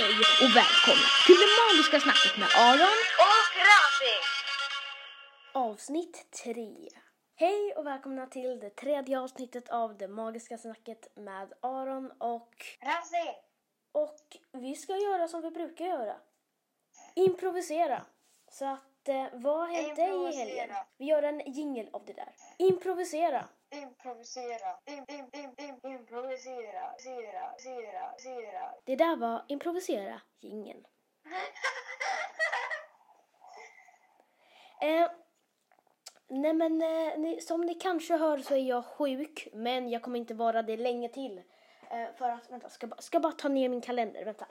Hej och välkomna till det magiska snacket med Aron och Razi. Avsnitt 3. Hej och välkomna till det tredje avsnittet av det magiska snacket med Aron och Razi. Och vi ska göra som vi brukar göra. Improvisera. Så att vad hände i helgen? Vi gör en jingle av det där. Improvisera. Improvisera. Improvisera. Det där var improvisera jingeln. Nej men som ni kanske hör så är jag sjuk, men jag kommer inte vara det länge till. För att, vänta, ska bara ta ner min kalender, vänta.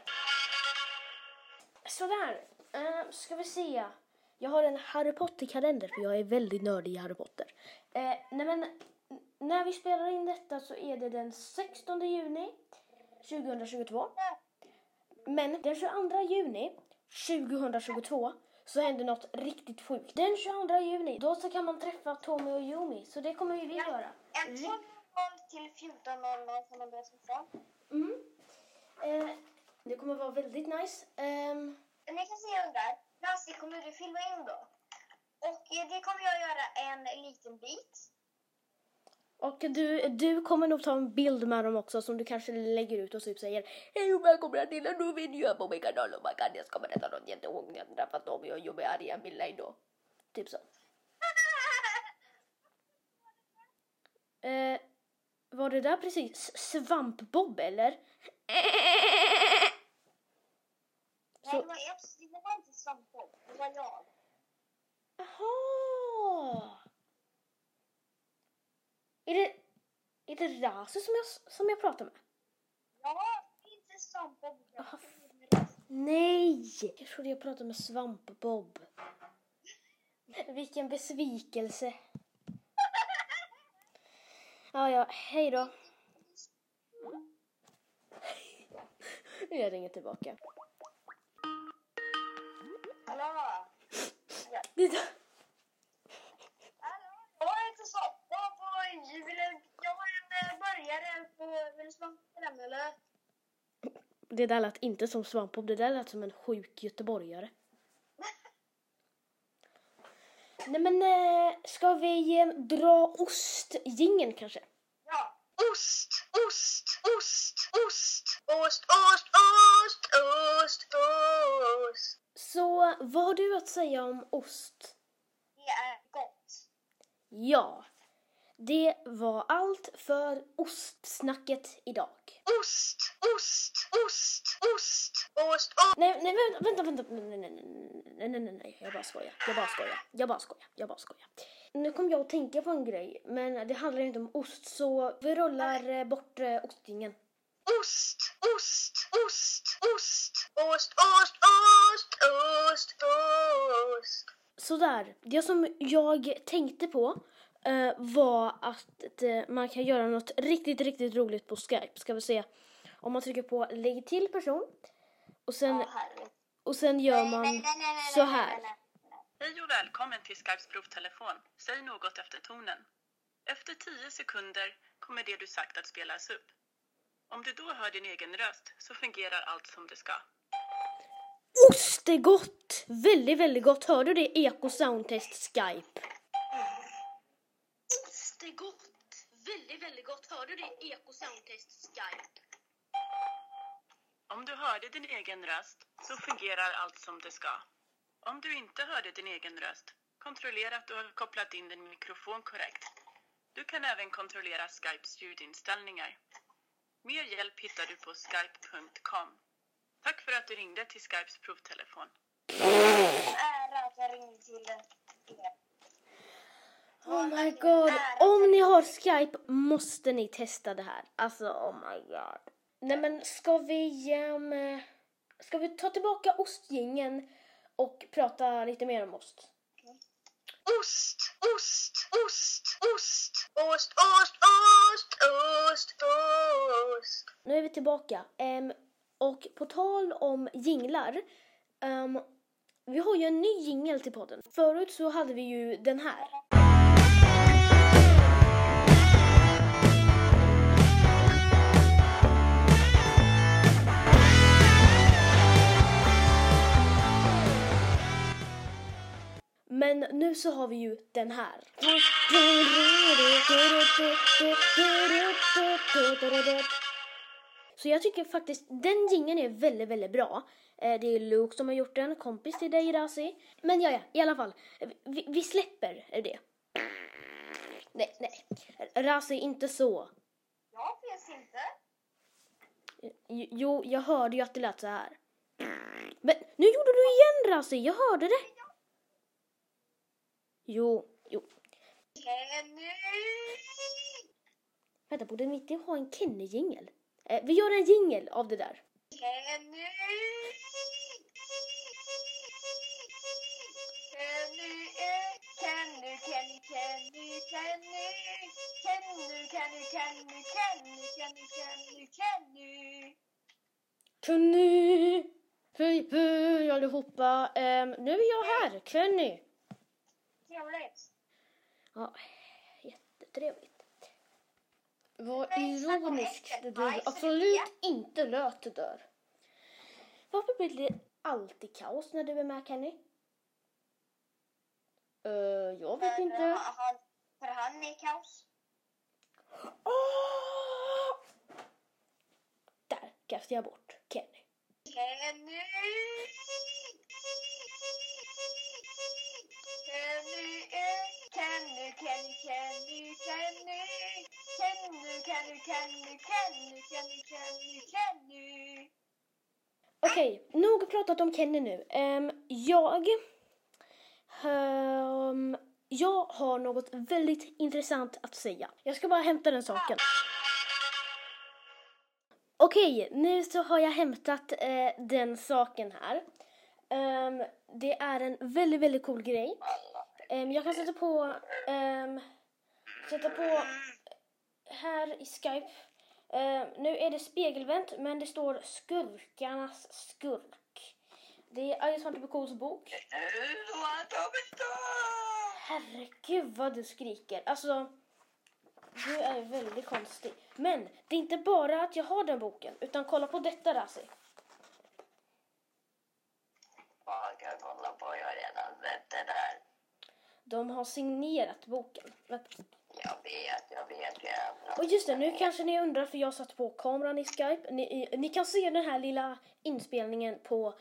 Sådär, ska vi se. Jag har en Harry Potter-kalender för jag är väldigt nördig i Harry Potter. Nej men, när vi spelar in detta så är det den 16 juni 2022. Men den 22 juni 2022 så händer något riktigt sjukt. Den 22 juni, då så kan man träffa Tommy och Yumi. Så det kommer vi göra. En 12:00 till 14:00 kan man börja träffa. Det kommer vara väldigt nice. Men jag kan säga undrar, Razi, kommer du filma in då? Och det kommer jag göra en liten bit. Och du kommer nog ta en bild med dem också som du kanske lägger ut och typ säger hej och välkomna till en ny video på min kanal. Och jag ska berätta något jättehång jag träffat dem och jag jobbar här i en bild idag. Typ så. Var det där precis Svampbob eller? Nej, det var inte Svampbob, det var jag. Jaha. Är det Razi som jag pratar med? Ja, inte Svampbob. Nej, jag trodde jag pratade med Svampbob. Vilken besvikelse. Ja, hej då. Jag ringer tillbaka. Hallå? Ja. Jag heter Svampbob och jag har en burgare på... Vill du smaka på den eller? Det där lät inte som Svampbob, det där lät som en sjuk göteborgare. Nej men, ska vi dra ostjingeln kanske? Ja. Ost. Så, vad har du att säga om ost? Det är gott. Ja, det var allt för ostsnacket idag. Ost. Nej, vänta. Nej, jag bara skojar. Nu kom jag att tänka på en grej, men det handlar inte om ost, så vi rullar bort ostjingeln. Ost. Sådär, det som jag tänkte på var att man kan göra något riktigt roligt på Skype. Ska vi se, om man trycker på lägg till person och sen gör man så här. Hej och välkommen till Skypes provtelefon. Säg något efter tonen. Efter 10 sekunder kommer det du sagt att spelas upp. Om du då hör din egen röst så fungerar allt som det ska. Ost är gott! Väldigt gott. Hör du det? Eko Soundtest Skype. Ost är gott! Väldigt gott. Hör du det? Eko Soundtest Skype. Om du hörde din egen röst så fungerar allt som det ska. Om du inte hörde din egen röst, kontrollera att du har kopplat in din mikrofon korrekt. Du kan även kontrollera Skypes ljudinställningar. Mer hjälp hittar du på skype.com. Tack för att du ringde till Skypes provtelefon. Ära att jag ringde till er. Oh my god. Om ni har Skype måste ni testa det här. Alltså, oh my god. Nej men, ska vi ta tillbaka ostgängen och prata lite mer om ost? Ost. Nu är vi tillbaka. Och på tal om jinglar. Vi har ju en ny jingel till podden. Förut så hade vi ju den här. Men nu så har vi ju den här. Så jag tycker faktiskt den jingeln är väldigt, väldigt bra. Det är Luke som har gjort den, kompis till dig Razi. Men ja, i alla fall. Vi släpper det. Nej. Razi, inte så. Jag finns inte. Jo, jag hörde ju att det lät så här. Men nu gjorde du igen Razi, jag hörde det. Jo. Kenny! Vänta, borde vi inte ha en Kenny-jingel? Vi gör en jingel av det där. Kenny! Kenny! Hej allihopa. Nu är jag här, Kenny. Trevligt. Ja, jättetrevligt. Vad ironiskt du absolut inte lät det där. Varför blir det alltid kaos när du är med, Kenny? Jag vet inte. För han är kaos. Där kastar jag bort Kenny. Kenny! Okej, nog pratat om Kenny nu. Jag har något väldigt intressant att säga. Jag ska bara hämta den saken. Okej, nu så har jag hämtat den saken här. Det är en väldigt, väldigt cool grej. Jag kan sätta på här i Skype. Nu är det spegelvänt, men det står skurkarnas skurk. Det är Ice Hunter Cools bok. Herregud vad du skriker. Alltså, du är väldigt konstig. Men det är inte bara att jag har den boken, utan kolla på detta, Razi. Vad ska jag kolla på? Jag har redan sett det där. De har signerat boken. Jag vet. Och just det, nu kanske ni undrar för jag satt på kameran i Skype. Ni kan se den här lilla inspelningen på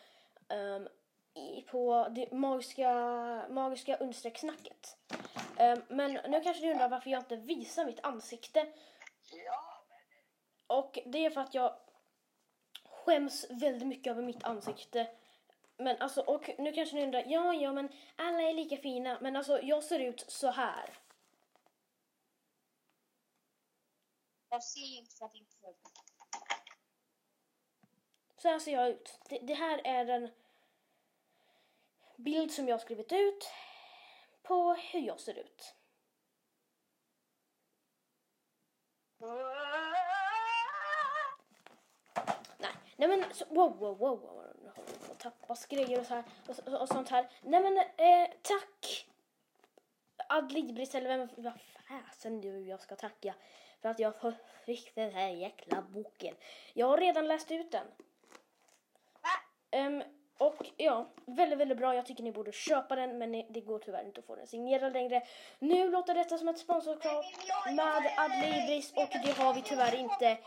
det magiska understrecksnacket. Men nu kanske ni undrar varför jag inte visar mitt ansikte. Ja. Och det är för att jag skäms väldigt mycket över mitt ansikte. Men alltså, och nu kanske ni undrar, ja men alla är lika fina. Men alltså, jag ser ut så här. Jag ser inte så att det inte är. Så här ser jag ut. Det här är en bild som jag har skrivit ut på hur jag ser ut. Nej men så, wow. Nu håller jag på att tappas grejer och så här och sånt här. Nej men tack Adlibris eller vad fasen du jag ska tacka för att jag fick den här jäkla boken. Jag har redan läst ut den. Och ja, väldigt, väldigt bra. Jag tycker ni borde köpa den, men det går tyvärr inte att få den signerad längre. Nu låter detta som ett sponsorskap med Adlibris och det har vi tyvärr inte.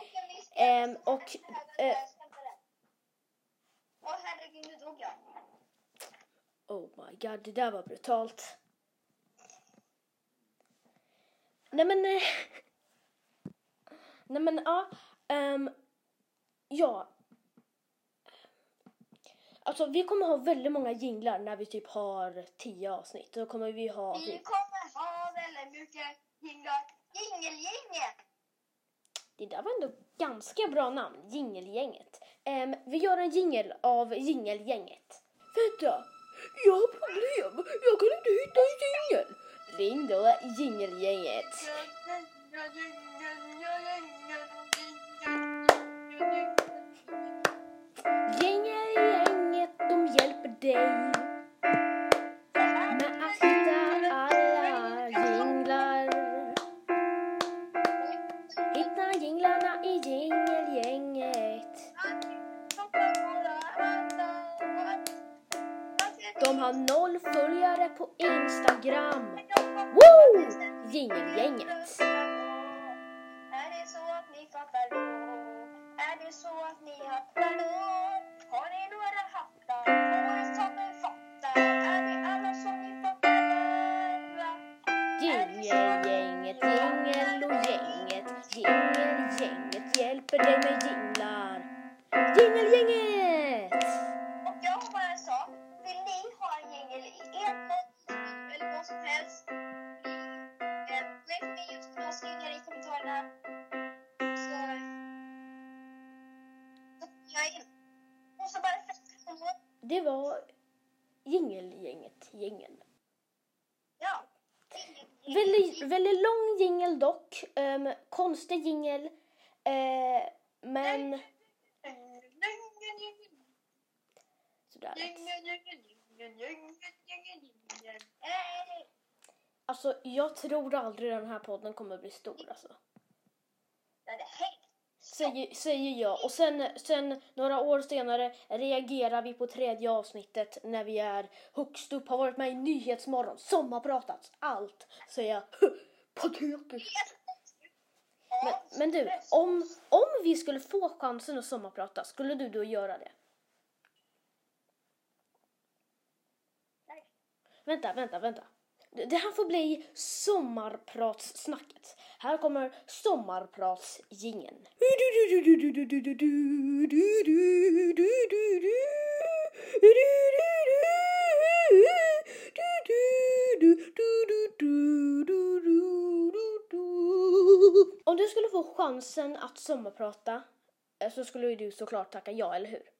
Herregud, nu dog jag. Oh my god, det där var brutalt. Nej men ja. Alltså vi kommer ha väldigt många jinglar när vi typ har 10 avsnitt. Då kommer vi ha Vi kommer ha väldigt mycket jinglar. Jingelgänget. Det där var ändå ganska bra namn, Jingelgänget. Vi gör en jingel av Jingelgänget. Vänta, jag har problem. Jag kan inte hitta en jingel. Ring då Jingelgänget. Jingelgänget, de hjälper dig med att hitta alla jinglar. Hitta jinglarna i Jingelgänget. De har 0 följare på Instagram. Woo! Jingelgänget. Är det så att ni fattar då? Är det så att ni hattar då? Har ni några hattar på som ni fattar? Är det alla som ni fattar? Jingelgänget, jingel och gänget. Jingelgänget hjälper dig med jinglar. Jingelgänget! Och jag har bara en sak. Vill ni ha en jingel i er podd eller vad som helst? Gå in förbi just nu och skriv ner i kommentarerna. Så jag är in. Och så bara fest. Det var jingelgänget, jingeln. Ja. Väldigt lång jingel dock. Konstig jingel. Men sådär. Alltså jag tror aldrig den här podden kommer bli stor alltså. Säger jag. Och sen några år senare reagerar vi på 3:e avsnittet när vi är högst upp, har varit med i Nyhetsmorgon, som har pratats allt. Säger jag, patetiskt. Men du, om vi skulle få chansen att sommarprata, skulle du då göra det? Vänta. Det här får bli sommarpratssnacket. Här kommer sommarpratsjingeln. Om du skulle få chansen att sommarprata så skulle du såklart tacka ja, eller hur?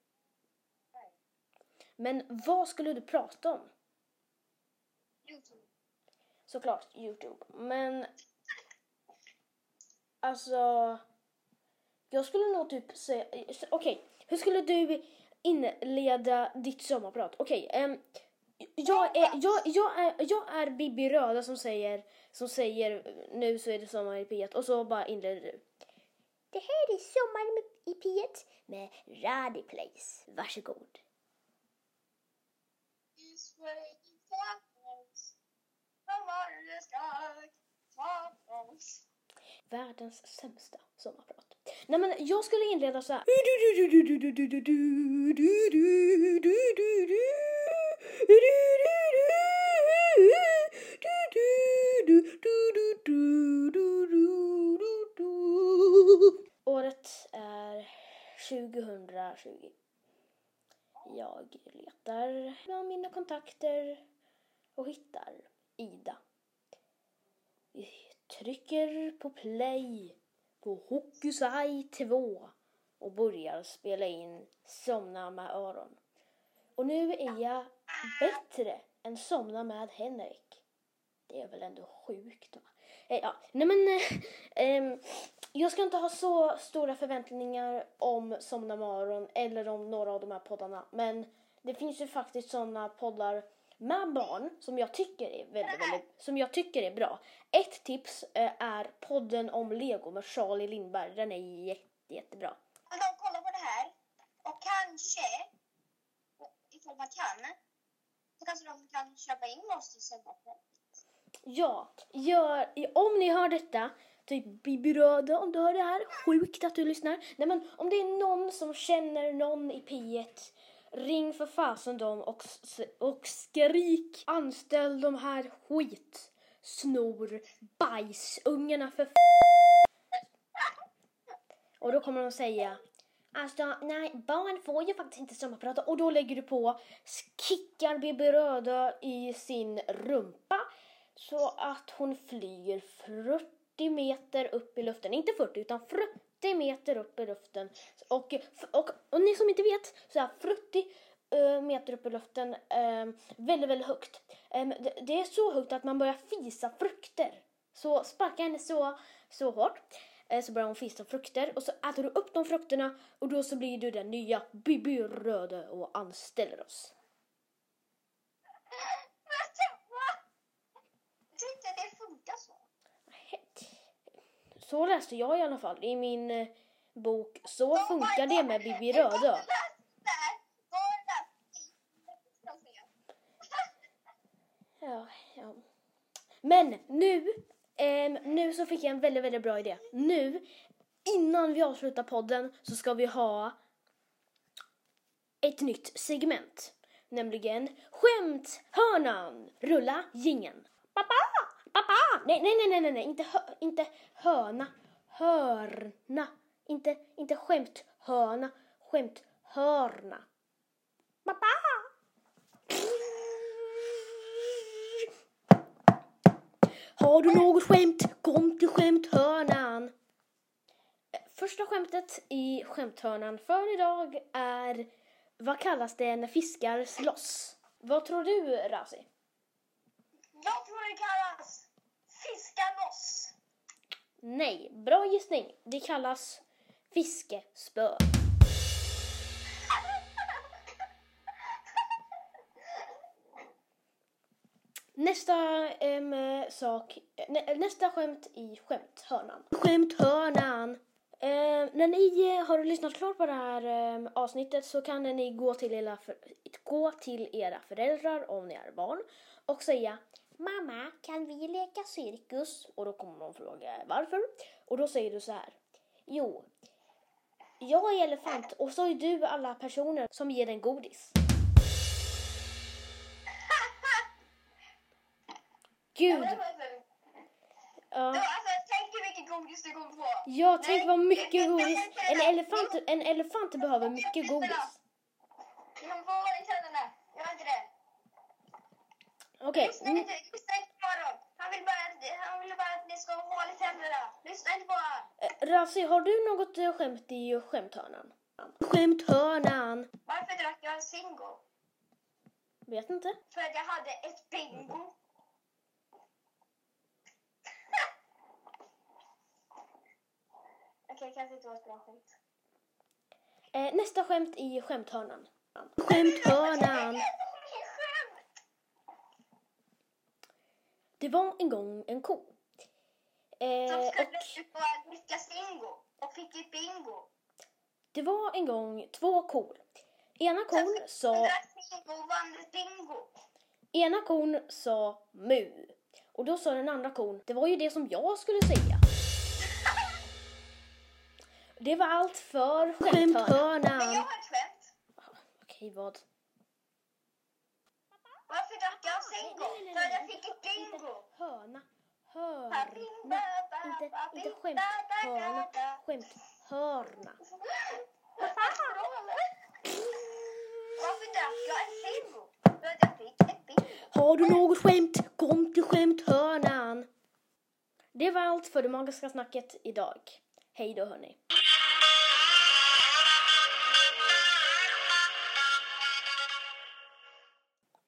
Men vad skulle du prata om? YouTube. Såklart YouTube. Men alltså jag skulle nog typ säga okej, hur skulle du inleda ditt sommarprat? Okej, jag är Bibi Röda som säger nu så är det sommar i P1 och så bara inleder du. Det här är sommar i P1 med Radio Place. Varsågod. Världens sämsta sommarprat. Nej men jag skulle inleda så här. Året är 2020. Jag letar bland mina kontakter och hittar Ida. Vi trycker på play på Hokusai 2 och börjar spela in Somna med öron. Och nu är jag bättre än Somna med Henrik. Det är väl ändå sjukt va? Ja, nej men jag ska inte ha så stora förväntningar om Somna med öron eller om några av de här poddarna. Men det finns ju faktiskt sådana poddar med barn som jag tycker är bra. Ett tips är podden om Lego med Charlie Lindberg. Den är jättebra. Om de kollar på det här och kanske, ifall man kan, så kanske de kan köpa in oss till sommarprat. Ja, om ni hör detta, typ Bibi Röda, om du hör det här, sjukt att du lyssnar. Nej men om det är någon som känner någon i P1, ring för fasen dem och skrik, anställ de här bajsungarna för Och då kommer de säga, alltså nej, barn får ju faktiskt inte sommarprata. Och då lägger du på, kickar Bibi Röda i sin rumpa så att hon flyger 40 meter upp i luften. Inte 40 utan 40 meter upp i luften. Och ni som inte vet, så här 40 meter upp i luften, väldigt, väldigt högt. Det är så högt att man börjar fisa frukter. Så sparkar henne så hårt. Så börjar hon fisa frukter. Och så äter du upp de frukterna. Och då så blir du den nya Bibi Röda och anställer oss. Jag tror inte det funkar så. Så läste jag i alla fall i min bok. Så funkar det med Bibi Röda. Ja. Men nu så fick jag en väldigt, väldigt bra idé. Nu, innan vi avslutar podden, så ska vi ha ett nytt segment. Nämligen skämthörnan. Rulla jingeln. Pappa! Nej. Inte höna. Hörna. Inte skämthörna. Skämthörna. Pappa! Har du något skämt? Kom till skämthörnan. Första skämtet i skämthörnan för idag är: vad kallas det när fiskar slåss? Vad tror du, Razi? Jag tror det kallas fiskamoss. Nej, bra gissning. Det kallas fiskespö. Nästa skämt i skämthörnan. Skämthörnan. När ni har lyssnat klart på det här avsnittet så kan ni gå till era föräldrar om ni är barn och säga: mamma, kan vi leka cirkus? Och då kommer de fråga varför. Och då säger du så här: jo, jag är elefant och så är du alla personer som ger den godis. Gud. Ja. Tänk hur mycket godis du kommer på. Ja, tänk vad mycket godis. En elefant behöver mycket godis. Du kommer få hål i tänderna. Gör inte det. Okej. Lyssna inte på dem. Han vill bara att ni ska ha hål i tänderna. Lyssna inte på honom. Razi, har du något skämt i skämthörnan? Skämthörnan. Varför drack jag en Zingo? Vet inte. För att jag hade ett bingo. Okej, kanske inte var ett bra skämt. Nästa skämt i skämthörnan. Skämthörnan. Det var en gång en ko. Som skulle få dricka Zingo och fick ett bingo. Det var en gång två kor. Ena kon sa mu. Och då sa den andra kon: det var ju det som jag skulle säga. Det var allt för skämthörnan. Men jag har ett skämt. Okej, vad? Varför drack jag Zingo? För att jag fick ett bingo. Hörna. Inte skämthörna. Skämthörna. Varför drack jag en Zingo? För att jag fick ett bingo. Har du något skämt? Kom till skämthörnan. Det var allt för det magiska snacket idag. Hej då, hörni.